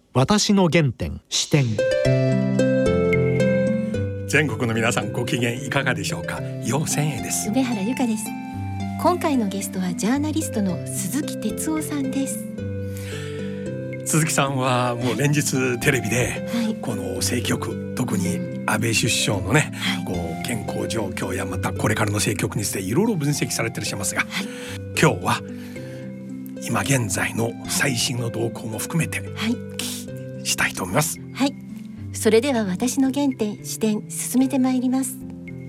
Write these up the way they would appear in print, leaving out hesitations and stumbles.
私の原点視点。 全国の皆さんご機嫌いかがでしょうか。陽千恵です。 梅原由香です。今回のゲストはジャーナリストの鈴木哲夫さんです。 鈴木さんはもう連日テレビで、 はい、 この政局、特に安倍首相のね、 はい、 こう健康状況やまたこれからの政局についていろいろ分析されていらっしゃいますが、 はい、 今日は今現在の最新の動向も含めてしたいと思います。 はい、それでは私の原点視点進めてまいります。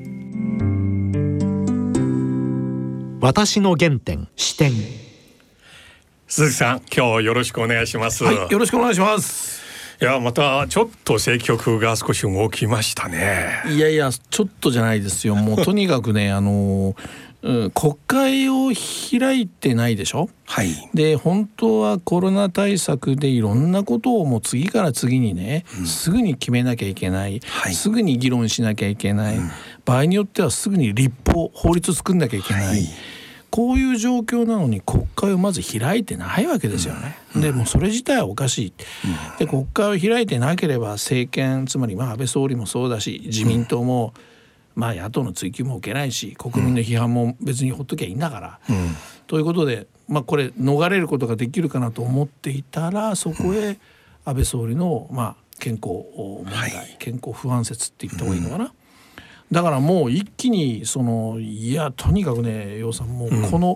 私の原点視点。 鈴木さん、今日よろしくお願いします。 はい、よろしくお願いします。 いや、またちょっと政局が少し動きましたね。 いやいや、ちょっとじゃないですよ。もうとにかくね国会を開いてないでしょ。 はい。 で、本当はコロナ対策でいろんなことをもう次から次にね、すぐに決めなきゃいけない、 はい、 すぐに議論しなきゃいけない、場合によってはすぐに法律作んなきゃいけない、はい、こういう状況なのに国会をまず開いてないわけですよね。でもうそれ自体はおかしい。で、国会を開いてなければ政権、つまり安倍総理もそうだし、自民党も野党の追及も受けないし、国民の批判も別にほっときゃいいんだから、ということで、これ逃れることができるかなと思っていたら、そこへ安倍総理の健康問題、はい、健康不安説って言った方がいいのかな。だからもう一気にいや、とにかくね、楊さん、もうこの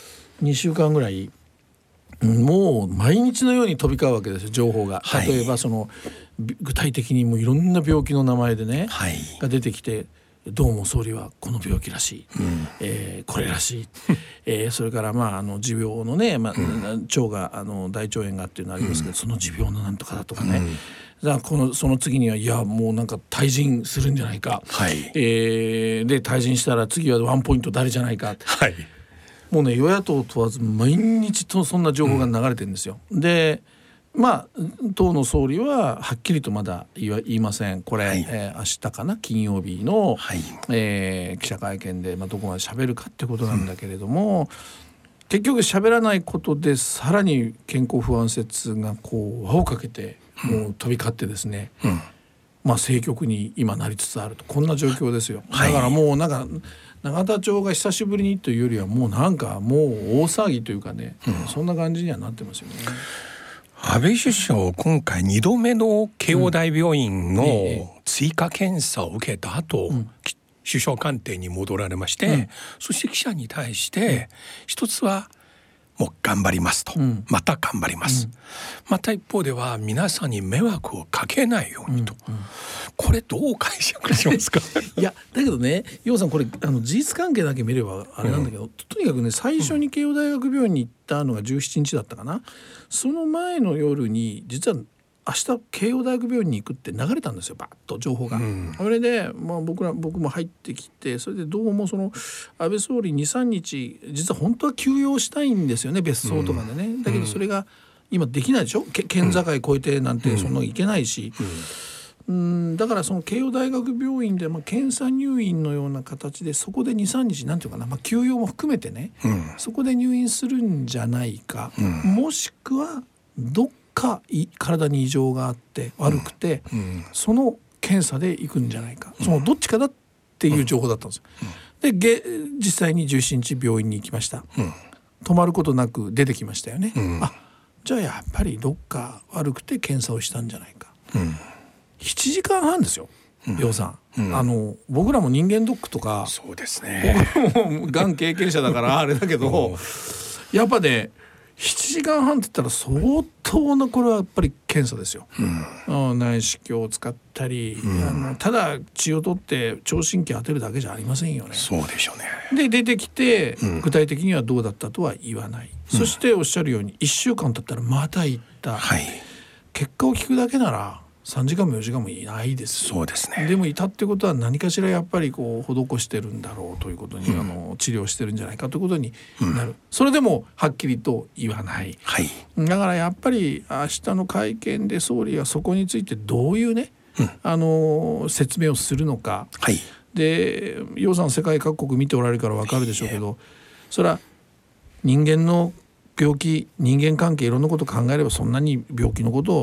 2週間ぐらい、もう毎日のように飛び交うわけですよ、情報が。例えば具体的にもういろんな病気の名前でね、はい、が出てきて、どうも総理はこの病気らしい、これらしい、それから持病のね、腸が大腸炎がっていうのありますけど、その持病のなんとかだとかね、だからその次には、いや、もうなんか退陣するんじゃないか、はい、で退陣したら次はワンポイント誰じゃないか、はい、もうね、与野党問わず毎日そんな情報が流れてるんですよ。で、党の総理ははっきりとまだ言いません。これ、はい、明日かな、金曜日の、はい、記者会見で、どこまで喋るかってことなんだけれども、結局喋らないことでさらに健康不安説がこう輪をかけてもう飛び交ってですね、政局に今なりつつあると、こんな状況ですよ。だからもう永田町が久しぶりにというよりは、もうもう大騒ぎというかね、そんな感じにはなってますよね。 安倍首相、今回2度目の慶応大病院の追加検査を受けた後、首相官邸に戻られまして、そして記者に対して、一つはもう頑張りますと、また頑張ります、また一方では皆さんに迷惑をかけないようにと、これどう解釈しますか？ いや、だけどね、楊さん、これ事実関係だけ見ればあれなんだけど、とにかくね、最初に慶応大学病院に行ったのが17日だったかな。その前の夜に実は明日慶応大学病院に行くって流れたんですよ、バッと情報が。それで、僕も入ってきて、それでどうも安倍総理 2,3 日実は本当は休養したいんですよね、別荘とかでね。だけどそれが今できないでしょ、県境越えてなんてそんなのいけないし、だからその慶応大学病院で検査入院のような形で、そこで 2,3 日なんていうかな、休養も含めてね、そこで入院するんじゃないか、もしくはどっか体に異常があって悪くて、その検査で行くんじゃないか、そのどっちかだっていう情報だったんですよ。で、実際に17日病院に行きました。泊まることなく出てきましたよね。じゃあやっぱりどっか悪くて検査をしたんじゃないか。7時間半ですよ、楊さん。僕らも人間ドックとか、 そうですね、 僕もがん経験者だからあれだけど、やっぱね、7時間半って言ったら相当な、これはやっぱり検査ですよ。内視鏡を使ったり、ただ血を取って聴診器当てるだけじゃありませんよね。 そうでしょうね。 で、出てきて、具体的にはどうだったとは言わない。そしておっしゃるように1週間経ったらまた行った、結果を聞くだけなら3時間も4時間もいないです。 そうですね。 でもいたってことは何かしらやっぱりこう施してるんだろうということに、治療してるんじゃないかということになる、それでもはっきりと言わない、だからやっぱり明日の会見で総理はそこについてどういうね、説明をするのか、で、楊さん世界各国見ておられるから分かるでしょうけど、それは人間の病気、人間関係、いろんなことを考えればそんなに病気のことを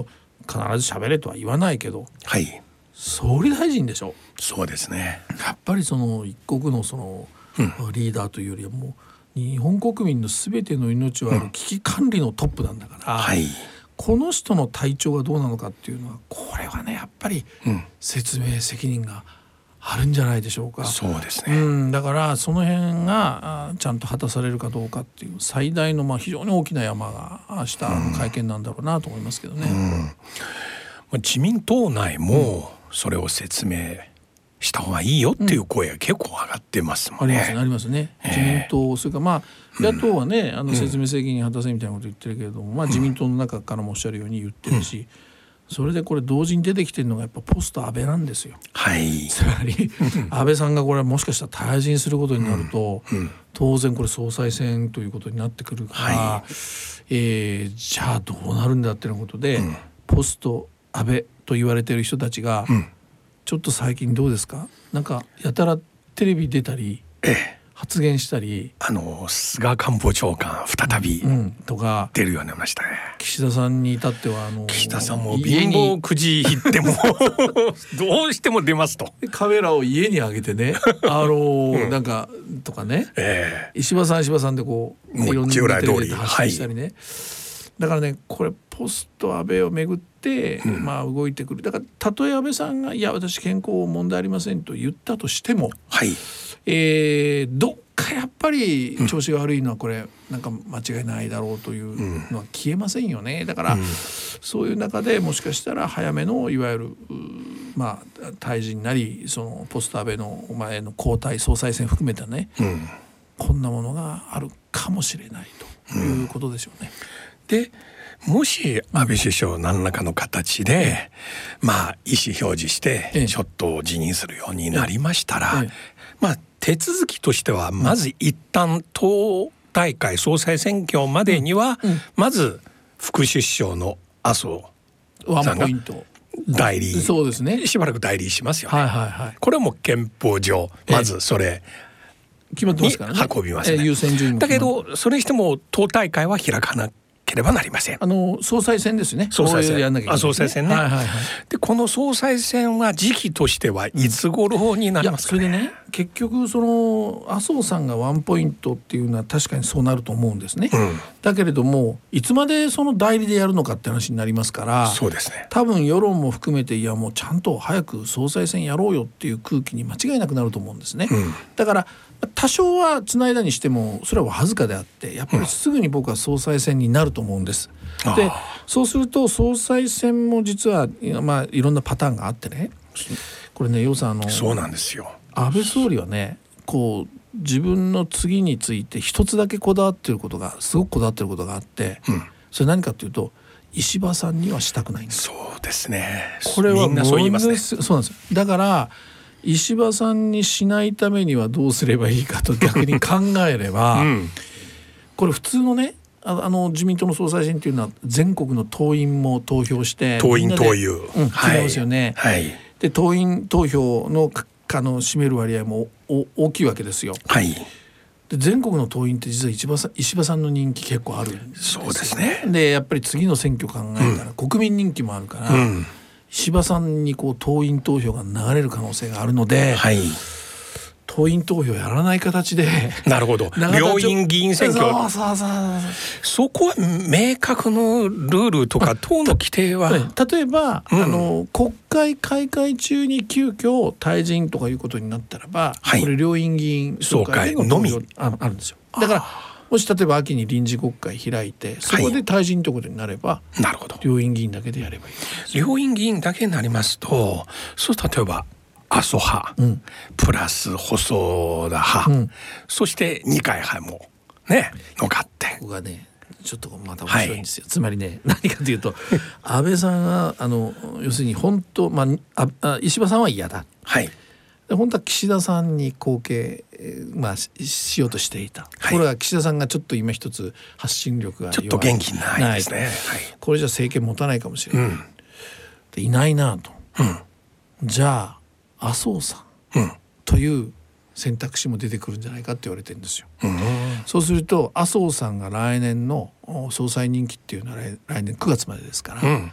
必ず喋れとは言わないけど、 はい、 総理大臣でしょ。 そうですね。 やっぱりその一国のそのリーダーというよりはもう日本国民のすべての命をある危機管理のトップなんだから、 はい、 この人の体調がどうなのかっていうのはこれはねやっぱり説明責任があるんじゃないでしょうか。 そうですね、 だからその辺がちゃんと果たされるかどうかっていう最大の非常に大きな山が明日の会見なんだろうなと思いますけどね。 自民党内もそれを説明した方がいいよっていう声が結構上がってますもんね。 ありますね。自民党それから野党はね説明責任果たせみたいなこと言ってるけれども、自民党の中からもおっしゃるように言ってるし、それでこれ同時に出てきてるのがやっぱポスト安倍なんですよ。 はい、 つまり安倍さんがこれもしかしたら退陣することになると、当然これ総裁選ということになってくるから、じゃあどうなるんだっていうことで、ポスト安倍と言われている人たちが、ちょっと最近どうですか、なんかやたらテレビ出たり、発言したり、 菅官房長官再びとか出るようになりましたね。 岸田さんに至っては岸田さんも貧乏くじ引ってもどうしても出ますとカメラを家に上げてねなんかとかね、石破さんでこういろんなテレビで発信したりね、だからねこれポスト安倍をめぐって動いてくる。だからたとえ安倍さんがいや私健康問題ありませんと言ったとしても、どっかやっぱり調子が悪いのはこれなんか間違いないだろうというのは消えませんよね。だからそういう中でもしかしたら早めのいわゆる退陣なりそのポスト安倍の前の交代総裁選含めたね、こんなものがあるかもしれないということでしょうね。 でもし安倍首相何らかの形で、意思表示してちょっと辞任するようになりましたら、手続きとしてはまず一旦党大会総裁選挙までには、まず副首相の麻生さんが代理、 そうですね、 しばらく代理しますよね。これはもう憲法上まずそれ決まってますからね、 運びますね。 優先順位だけどそれにしても党大会は開かなければなりません。 総裁選ですね。 総裁選やんなきゃいけない、 総裁選ね。でこの総裁選は時期としてはいつ頃になりますかね。 それでね結局その麻生さんがワンポイントっていうのは確かにそうなると思うんですね、だけれどもいつまでその代理でやるのかって話になりますから、 そうですね、 多分世論も含めていやもうちゃんと早く総裁選やろうよっていう空気に間違いなくなると思うんですね、だから多少はつないだにしてもそれはわずかであってやっぱりすぐに僕は総裁選になると思うんです、でそうすると総裁選も実はいろんなパターンがあってね、これね楊さんそうなんですよ。 安倍総理はねこう自分の次について一つだけこだわってることがすごくこだわってることがあって、それ何かっていうと石破さんにはしたくないんです。 そうですね、 これはみんなそう言いますね。 そうなんですよ。だから石破さんにしないためにはどうすればいいかと逆に考えれば、これ普通のね自民党の総裁選というのは全国の党員も投票して党員党友、 決めますよね、で党員投票の占める割合も大きいわけですよ、で全国の党員って実は石破さんの人気結構あるんですよ。 そうですね。 でやっぱり次の選挙考えたら、国民人気もあるから、石破さんにこう党員投票が流れる可能性があるので、党員投票やらない形でなるほど、両院議員選挙、そこは明確のルールとか党の規定は、 例えば、国会開会中に急遽退陣とかいうことになったらば、これ両院議員総会の投票あるんですよ。だからもし例えば秋に臨時国会開いてそこで退陣ということになれば、 なるほど、 両院議員だけでやればいい。 両院議員だけになりますと、そう例えば麻生派、プラス細田派、そして二階派もねのかって、 ここがねちょっとまた面白いんですよ、つまりね何かというと安倍さんが要するに本当、石破さんは嫌だ、で本当は岸田さんに後継、しようとしていた、これは岸田さんがちょっと今一つ発信力がちょっと元気ないですね、 これじゃ政権持たないかもしれない、でいないなと、じゃあ麻生さんという選択肢も出てくるんじゃないかって言われてるんですよ、そうすると麻生さんが来年の総裁任期っていうのは来年9月までですから、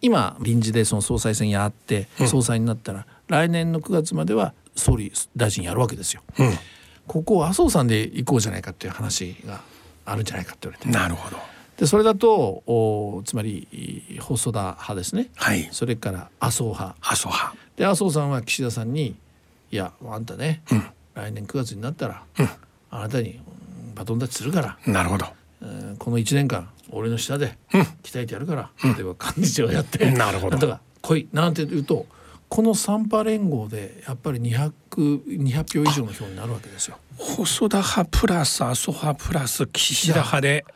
今臨時でその総裁選やって、総裁になったら来年の9月までは総理大臣やるわけですよ。ここを麻生さんで行こうじゃないかっていう話があるんじゃないかって言われて、 なるほど。 でそれだとつまり細田派ですね、 はい、 それから麻生派で麻生さんは岸田さんにいやあんたね、来年9月になったら、あなたにバトンタッチするから、 なるほど、 この1年間俺の下で鍛えてやるから、例えば幹事長やって、 なるほど、 なんとか来いなんて言うと、この3派連合でやっぱり200票以上の票になるわけですよ。 細田派プラス麻生派プラス岸田派で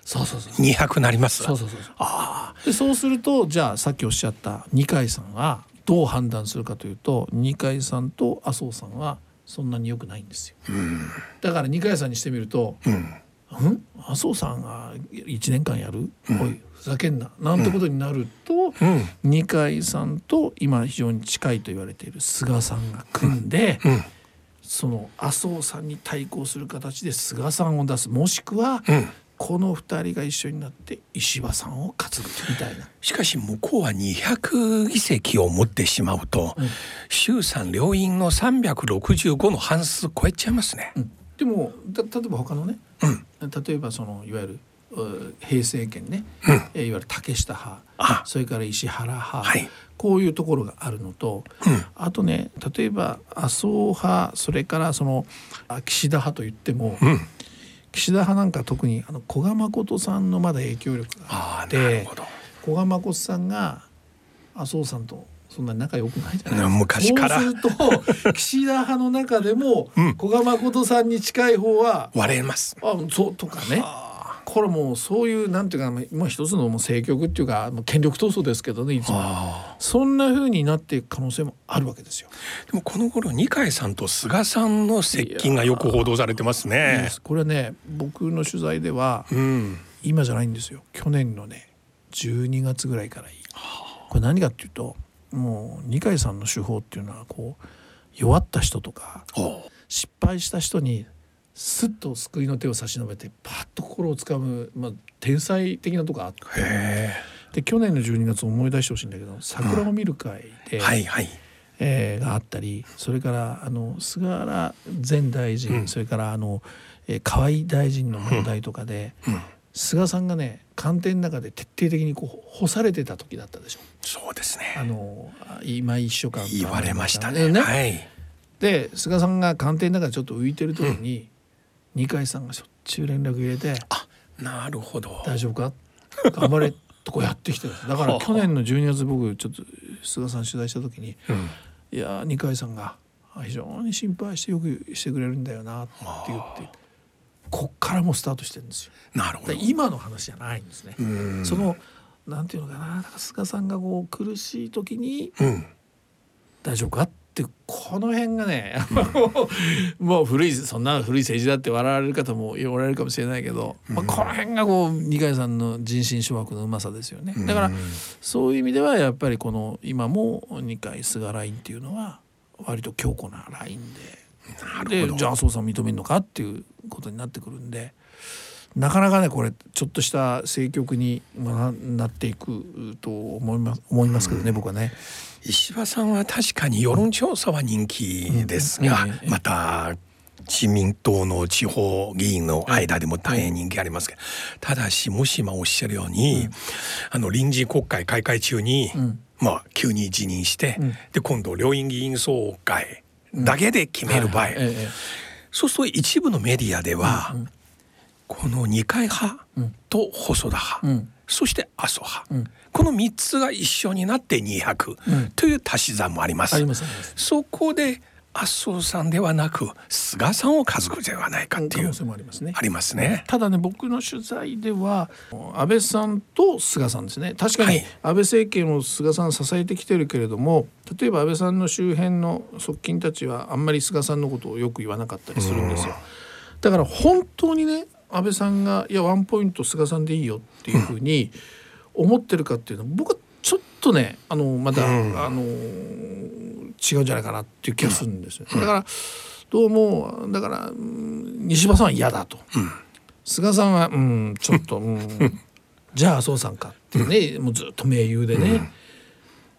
200なります。 でそうするとじゃあさっきおっしゃった二階さんはどう判断するかというと、二階さんと麻生さんはそんなに良くないんですよ。だから二階さんにしてみると、麻生さんが1年間やる、おいふざけんななんてことになると、二階さんと今非常に近いと言われている菅さんが組んで、その麻生さんに対抗する形で菅さんを出す、もしくは、この2人が一緒になって石破さんを担ぐみたいな。 しかし向こうは200議席を持ってしまうと、衆参両院の365の半数超えちゃいますね。 でも例えば他のね、例えばそのいわゆる平成権ね、いわゆる竹下派、それから石原派、こういうところがあるのと、あとね、例えば麻生派、それからその岸田派といっても、岸田派なんか特に古賀誠さんのまだ影響力があって、古賀誠さんが麻生さんとそんなに仲良くないじゃないですか。 昔からそうすると岸田派の中でも古賀誠さんに近い方は割れます。 そうとかね、これもうそういうなんていうか、今一つのもう政局っていうか権力闘争ですけどね、いつもそんな風になっていく可能性もあるわけですよ。 でもこの頃二階さんと菅さんの接近がよく報道されてますね。 これはね、僕の取材では、今じゃないんですよ。去年のね12月ぐらいからこれ何かっていうと、もう二階さんの手法っていうのはこう弱った人とか失敗した人にスッと救いの手を差し伸べてパッと心をつかむ、天才的なとこがあって、で去年の12月思い出してほしいんだけど、桜を見る会で、があったり、それから菅原前大臣、それから河井大臣の問題とかで、菅さんがね官邸の中で徹底的にこう干されてた時だったでしょ。 そうですね。 今井秘書官言われましたね。 で菅さんが官邸の中でちょっと浮いてる時に、二階さんがしょっちゅう連絡入れて、 なるほど、 大丈夫か頑張れとこやってきてるんです。だから去年の12月僕ちょっと菅さん取材した時に、いや二階さんが非常に心配してよくしてくれるんだよなって言って、こっからもうスタートしてるんですよ。 なるほど。 今の話じゃないんですね。そのなんていうのかな、菅さんがこう苦しい時に、大丈夫かってこの辺がねもうそんな古い政治だって笑われる方もおられるかもしれないけど、この辺がこう二階さんの人心掌握のうまさですよね。だからそういう意味ではやっぱりこの今も二階菅ラインっていうのは割と強固なラインで、じゃあ麻生さん認めるのかっていうことになってくるんで、なかなかねこれちょっとした政局になっていくと思いますけどね、僕はね。 石破さんは確かに世論調査は人気ですが、また自民党の地方議員の間でも大変人気ありますけど、ただしもし今おっしゃるように、臨時国会開会中に、急に辞任して、で今度両院議員総会だけで決める場合、そうすると一部のメディアでは、この二階派と細田派、そして麻生派、この3つが一緒になって200という足し算もあります。そこで麻生さんではなく菅さんを担ぐではないかっていう可能性もありますね。 ただね、僕の取材では安倍さんと菅さんですね。確かに安倍政権を菅さん支えてきてるけれども、例えば安倍さんの周辺の側近たちはあんまり菅さんのことをよく言わなかったりするんですよ。だから本当にね、安倍さんがいやワンポイント菅さんでいいよっていうふうに思ってるかっていうのは、僕はちょっとねまた、違うんじゃないかなっていう気がするんですよ。だからどうも西場さんは嫌だと、菅さんはちょっとじゃあ麻生さんかっていうね、もうずっと盟友でね、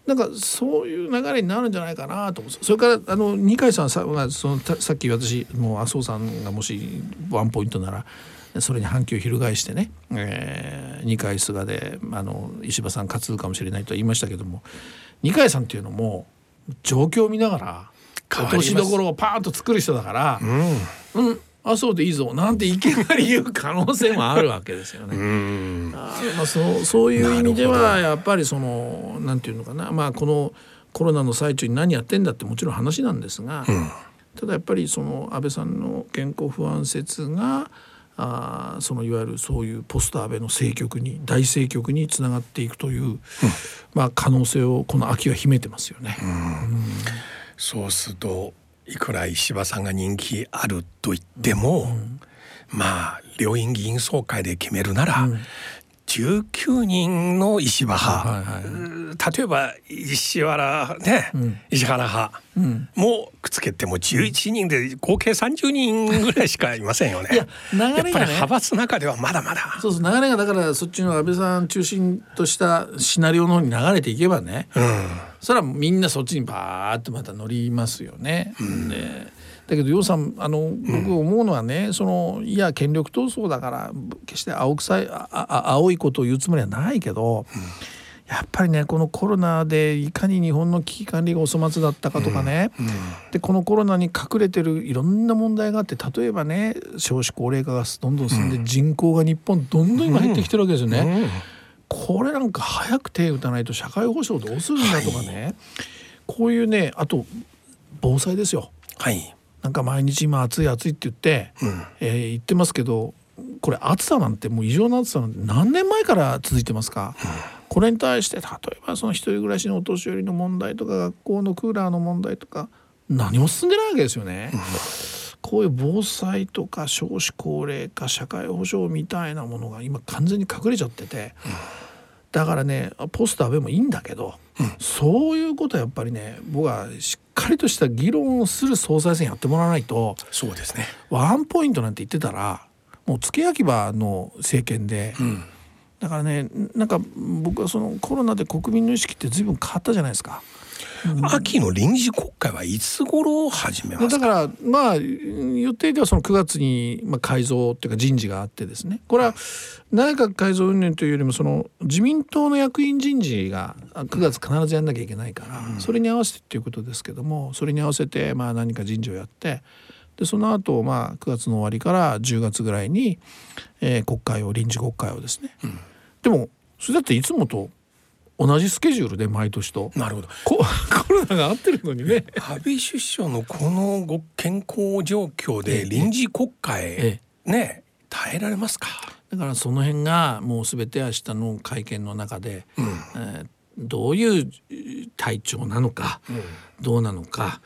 なんかそういう流れになるんじゃないかなと思う。それから二階さんさっき私もう麻生さんがもしワンポイントならそれに反旗を翻してね、二階菅で石破さん勝つかもしれないと言いましたけども、二階さんっていうのも状況を見ながら落としどころをパーンと作る人だから、麻生でいいぞなんていきなり言う可能性もあるわけですよね。そういう意味ではやっぱりなんていうのかな、このコロナの最中に何やってんだってもちろん話なんですが、ただやっぱり安倍さんの健康不安説がいわゆるそういうポスト安倍の大政局につながっていくという、可能性をこの秋は秘めてますよね。 そうするといくら石破さんが人気あると言っても、両院議員総会で決めるなら、19人の石破派、例えば石原派、もくっつけても11人で合計30人ぐらいしかいませんよね。 やっぱり派閥の中ではまだまだ流れがだからそっちの安倍さん中心としたシナリオの方に流れていけばね、それはみんなそっちにバーッとまた乗りますよね。だけど楊さん僕思うのはね、いや権力闘争だから決して青いことを言うつもりはないけど、やっぱりねこのコロナでいかに日本の危機管理がお粗末だったかとかね、でこのコロナに隠れてるいろんな問題があって、例えばね少子高齢化がどんどん進んで、人口が日本どんどん今減ってきてるわけですよね。これなんか早く手を打たないと社会保障どうするんだとかね、こういうね、あと防災ですよ。なんか毎日今暑い暑いって言って、言ってますけど、これ暑さなんてもう異常な暑さなんて何年前から続いてますか。これに対して例えば一人暮らしのお年寄りの問題とか学校のクーラーの問題とか何も進んでないわけですよね。こういう防災とか少子高齢化社会保障みたいなものが今完全に隠れちゃってて、だからねポスト安倍もいいんだけど、そういうことはやっぱりね僕はしっかりとした議論をする総裁選やってもらわないと。 そうですね。 ワンポイントなんて言ってたらもう付け焼き場の政権で、だからねなんか僕はコロナで国民の意識って随分変わったじゃないですか。 秋の臨時国会はいつ頃始めますか。 だから予定では9月に改造っていうか人事があってですね、これは内閣改造運営というよりも自民党の役員人事が9月必ずやんなきゃいけないから、それに合わせてっていうことですけども、それに合わせて何か人事をやって、でその後9月の終わりから10月ぐらいに、臨時国会をですね、でもそれだっていつもと同じスケジュールで毎年と。 なるほど。 コロナが合ってるのにね。 安倍首相のこのご健康状況で臨時国会ね耐えられますか。 だからその辺がもう全て明日の会見の中で、どういう体調なのか、どうなのか、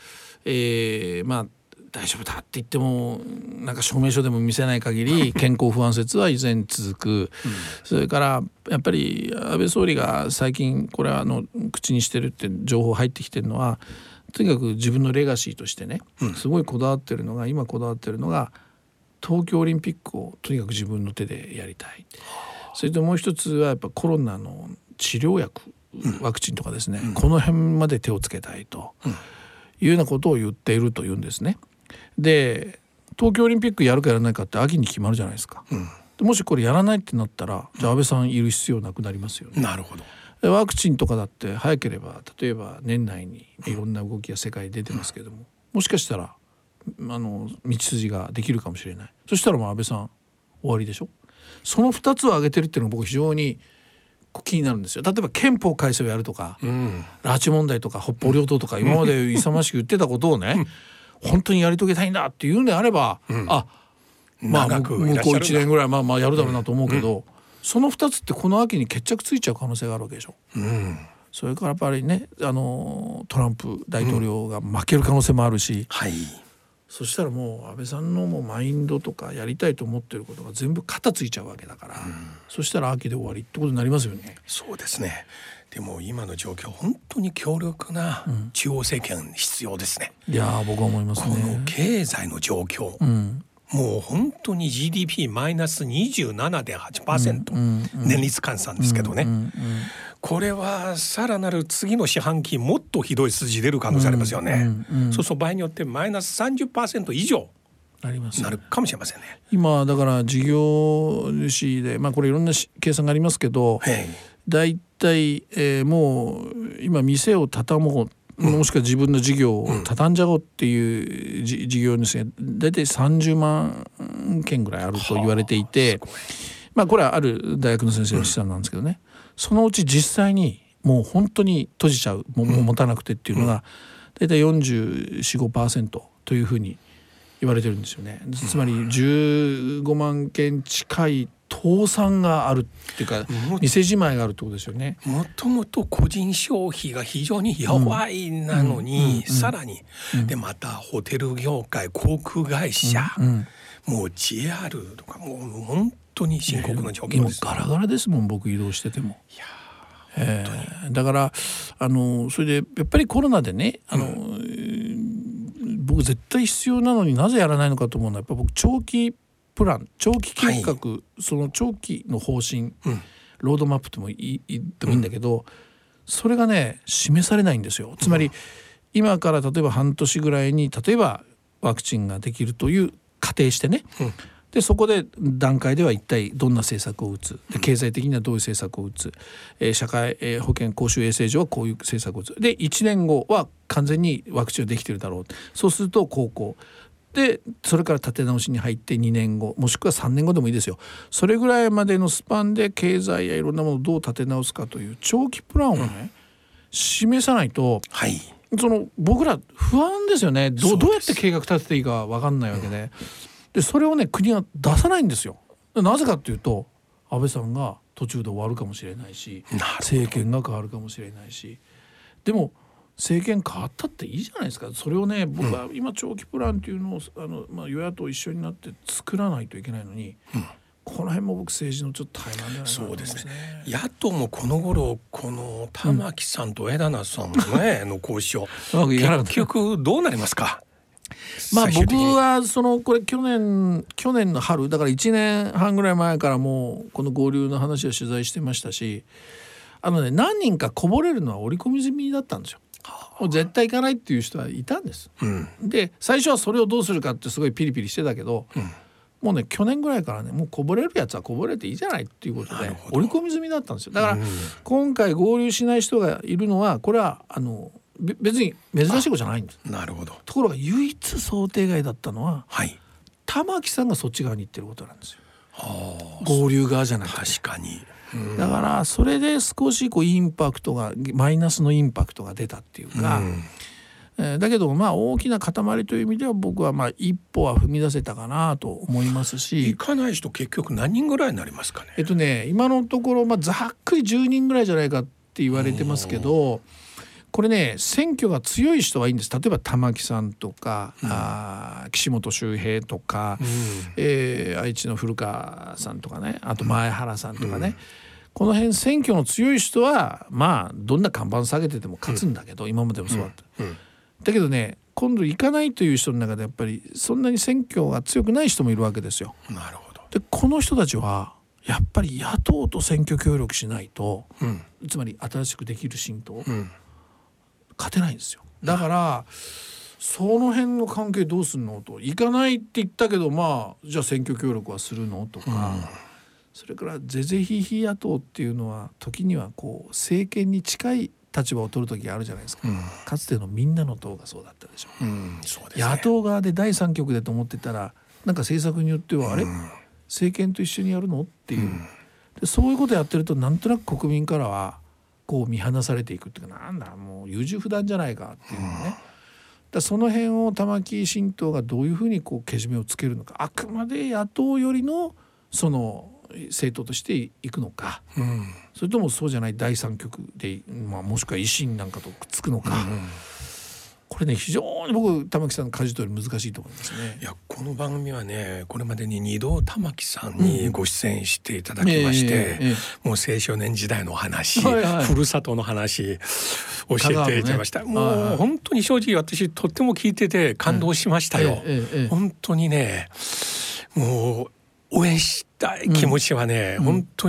大丈夫だって言ってもなんか証明書でも見せない限り健康不安説は依然続く。それからやっぱり安倍総理が最近これは口にしてるって情報入ってきてるのは、とにかく自分のレガシーとしてね、すごいこだわってるのが東京オリンピックをとにかく自分の手でやりたい。それともう一つはやっぱコロナの治療薬、ワクチンとかですね、この辺まで手をつけたいというようなことを言っているというんですね。で東京オリンピックやるかやらないかって秋に決まるじゃないですか。もしこれやらないってなったら、じゃあ安倍さんいる必要なくなりますよね。 なるほど。 ワクチンとかだって早ければ例えば年内にいろんな動きが世界に出てますけども、もしかしたら道筋ができるかもしれない。そしたら安倍さん終わりでしょ。その2つを挙げてるっていうのが僕非常に気になるんですよ。例えば憲法改正をやるとか、拉致問題とか北方領土とか今まで勇ましく言ってたことをね本当にやり遂げたいんだっていうんであれば、向こう1年ぐらいやるだろうなと思うけど、その2つってこの秋に決着ついちゃう可能性があるわけでしょ。それからやっぱりねトランプ大統領が負ける可能性もあるし、そしたらもう安倍さんのマインドとかやりたいと思ってることが全部肩ついちゃうわけだから、そしたら秋で終わりってことになりますよね。 そうですね。でも今の状況本当に強力な中央政権必要ですね。 いや僕は思いますね。 この経済の状況、もう本当に GDP マイナス 27.8%、年率換算ですけどね、 これはさらなる次の四半期もっとひどい数字出る可能性ありますよね。そうそう、場合によってマイナス 30% 以上あります、 なるかもしれませんね。 今だから事業主で、これいろんな計算がありますけど、だいたいもう今店を畳もう、もしくは自分の事業を畳んじゃおうっていう事業主がだいたい30万件ぐらいあると言われていて、これはある大学の先生の試算なんですけどね、そのうち実際にもう本当に閉じちゃう、もう持たなくてっていうのがだいたい 44-45% というふうに言われてるんですよね。つまり15万件近い倒産があるっていうか、店じまいがあるってことですよね。 もともと個人消費が非常に弱いなのに、さらに、でまたホテル業界、航空会社、もう JR とかもう本当に深刻な状況です。 もうガラガラですもん、僕移動してても。だからそれでやっぱりコロナでね、僕絶対必要なのになぜやらないのかと思うのは、やっぱ僕長期プラン、長期計画、その長期の方針、ロードマップとも言ってもいいんだけど、それがね示されないんですよ。つまり今から例えば半年ぐらいに例えばワクチンができるという仮定してね、でそこで段階では一体どんな政策を打つ、で経済的にはどういう政策を打つ、社会、保険公衆衛生上はこういう政策を打つ、で1年後は完全にワクチンができてるだろう、そうすると高校でそれから立て直しに入って2年後もしくは3年後でもいいですよ。それぐらいまでのスパンで経済やいろんなものをどう立て直すかという長期プランをね、示さないと、その僕ら不安ですよね。どうやって計画立てていいか分かんないわけで、でそれをね国は出さないんですよ。なぜかっていうと、安倍さんが途中で終わるかもしれないし、政権が変わるかもしれないし、でも政権変わったっていいじゃないですか。それをね僕は今長期プランっていうのを与野党一緒になって作らないといけないのに、この辺も僕政治のちょっと怠慢じゃないかなと思いますね。そうですね。 野党もこの頃この玉木さんと枝野さんのね、の交渉結局どうなりますか。 僕はこれ去年の春だから1年半ぐらい前からもうこの合流の話を取材してましたし、何人かこぼれるのは織り込み済みだったんですよ。もう絶対行かないっていう人はいたんです、で最初はそれをどうするかってすごいピリピリしてたけど、もうね去年ぐらいからね、もうこぼれるやつはこぼれていいじゃないっていうことで織り込み済みだったんですよ。だから今回合流しない人がいるのはこれは別に珍しいことじゃないんです。 なるほど。 ところが唯一想定外だったのは、玉木さんがそっち側に行ってることなんですよ。合流側じゃなくて。 確かに。 だからそれで少しインパクトがマイナスのインパクトが出たっていうか、だけど大きな塊という意味では僕は一歩は踏み出せたかなと思いますし。 行かない人結局何人ぐらいになりますかね。 今のところざっくり10人ぐらいじゃないかって言われてますけど、これね選挙が強い人はいいんです。例えば玉木さんとか、岸本周平とか、愛知の古川さんとかね、あと前原さんとかね、この辺選挙の強い人はどんな看板下げてても勝つんだけど、今までもそうだった、だけどね今度行かないという人の中でやっぱりそんなに選挙が強くない人もいるわけですよ。 なるほど。 でこの人たちはやっぱり野党と選挙協力しないと、つまり新しくできる新党、勝てないんですよ。だからその辺の関係どうするのと、行かないって言ったけどじゃあ選挙協力はするのとか、それから是々非々野党っていうのは時には政権に近い立場を取る時があるじゃないですか、かつてのみんなの党がそうだったでしょ、 そうですね。 野党側で第三極でと思ってたらなんか政策によってはあれ、政権と一緒にやるのっていう、でそういうことやってるとなんとなく国民からは見放されていくっていうか、なんだもう優柔不断じゃないかっていうのね、だその辺を玉木新党がどういうふうにけじめをつけるのか、あくまで野党よりのその政党としていくのか、それともそうじゃない第三極で、もしくは維新なんかとくっつくのか、これね非常に僕玉木さんの舵取り難しいと思いますね。 いやこの番組はねこれまでに2度玉木さんにご出演していただきまして、もう青少年時代の話、ふるさとの話教えていただきました、もう本当に正直私とっても聞いてて感動しましたよ、本当にねもう応援したい気持ちはね、本当に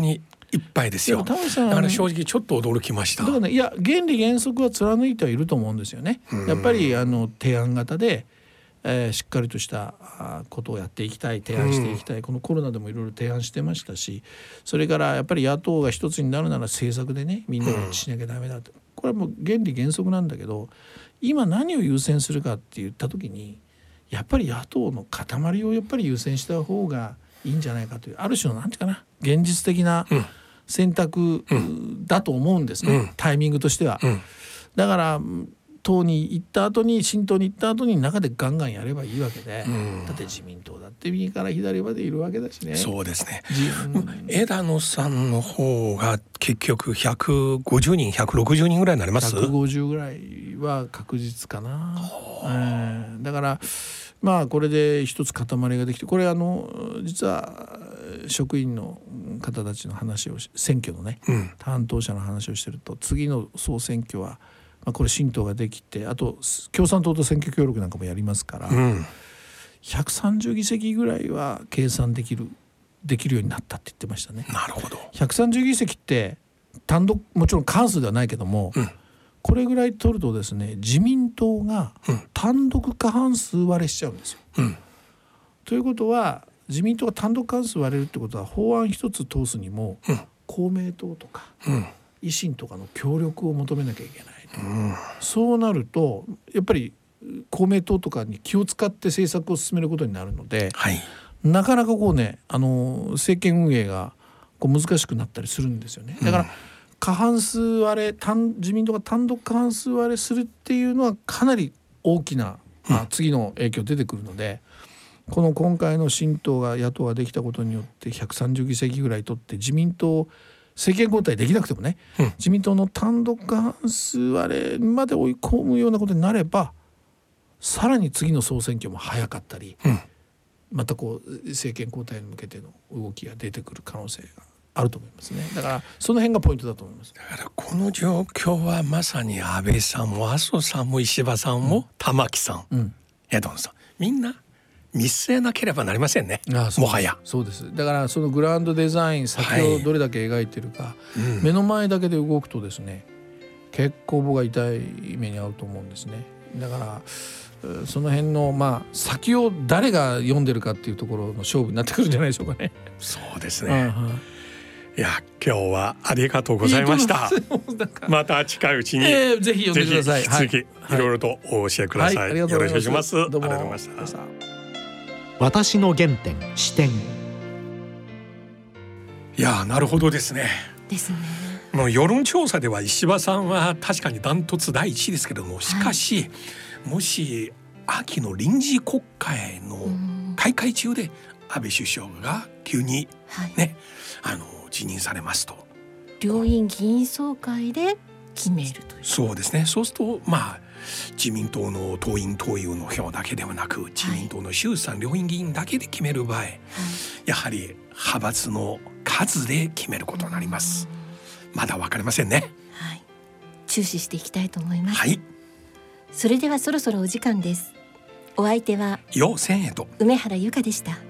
いっぱいですよ。 玉木さんだから正直ちょっと驚きました。 だからね、いや原理原則は貫いてはいると思うんですよね。やっぱり提案型で、しっかりとしたことをやっていきたい、提案していきたい、このコロナでもいろいろ提案してましたし、それからやっぱり野党が一つになるなら政策でねみんなで一致しなきゃダメだと、これはもう原理原則なんだけど、今何を優先するかって言った時にやっぱり野党の塊をやっぱり優先した方がいいんじゃないかという、ある種のなんていうかな、現実的な選択だと思うんですね、タイミングとしては。だから党に行った後に、新党に行った後に中でガンガンやればいいわけで、だって自民党だって右から左までいるわけだしね。 そうですね。枝野さんの方が結局150人160人ぐらいになります。 150ぐらいは確実かな。だからまあこれで一つ塊ができて、これ実は職員の方たちの話を選挙のね、担当者の話をしてると、次の総選挙はこれ新党ができて、あと共産党と選挙協力なんかもやりますから、130議席ぐらいは計算できるようになったって言ってましたね。 なるほど。 130議席って単独、もちろん過半数ではないけども、これぐらい取るとですね、自民党が単独過半数割れしちゃうんですよ。ということは自民党が単独過半数割れるってことは、法案一つ通すにも、公明党とか、維新とかの協力を求めなきゃいけないと、そうなるとやっぱり公明党とかに気を使って政策を進めることになるので、なかなかこうね、政権運営がこう難しくなったりするんですよね。だから過半数割れ、自民党が単独過半数割れするっていうのはかなり大きな、次の影響出てくるので、この今回の新党が野党ができたことによって130議席ぐらい取って、自民党政権交代できなくてもね、自民党の単独過半数割れまで追い込むようなことになれば、さらに次の総選挙も早かったり、またこう政権交代に向けての動きが出てくる可能性があると思いますね。だからその辺がポイントだと思います。 だからこの状況はまさに安倍さんも麻生さんも石破さんも玉木さん、枝野さん、みんな見据えなければなりませんね。もはやそうです。だからそのグランドデザイン、先をどれだけ描いてるか、目の前だけで動くとですね、結構僕は痛い目に遭うと思うんですね。だからその辺の先を誰が読んでるかっていうところの勝負になってくるんじゃないでしょうかね。 そうですね。いや今日はありがとうございました。また近いうちに、 ぜひ読んでください。 ぜひ引き続きいろいろとお教えください。よろしくお願いします。ありがとうございました。 私の原点、視点。 いやなるほどですね。 ですね。 もう世論調査では石破さんは確かにダントツ第一ですけれども、しかし、もし秋の臨時国会の開会中で安倍首相が急にね、辞任されますと、 両院議員総会で決めるという。 そうですね。そうすると自民党の党員党友の票だけではなく、自民党の衆参両院議員だけで決める場合、やはり派閥の数で決めることになります。まだ分かりませんね。 注視していきたいと思います。 それではそろそろお時間です。お相手は陽千恵と梅原由香でした。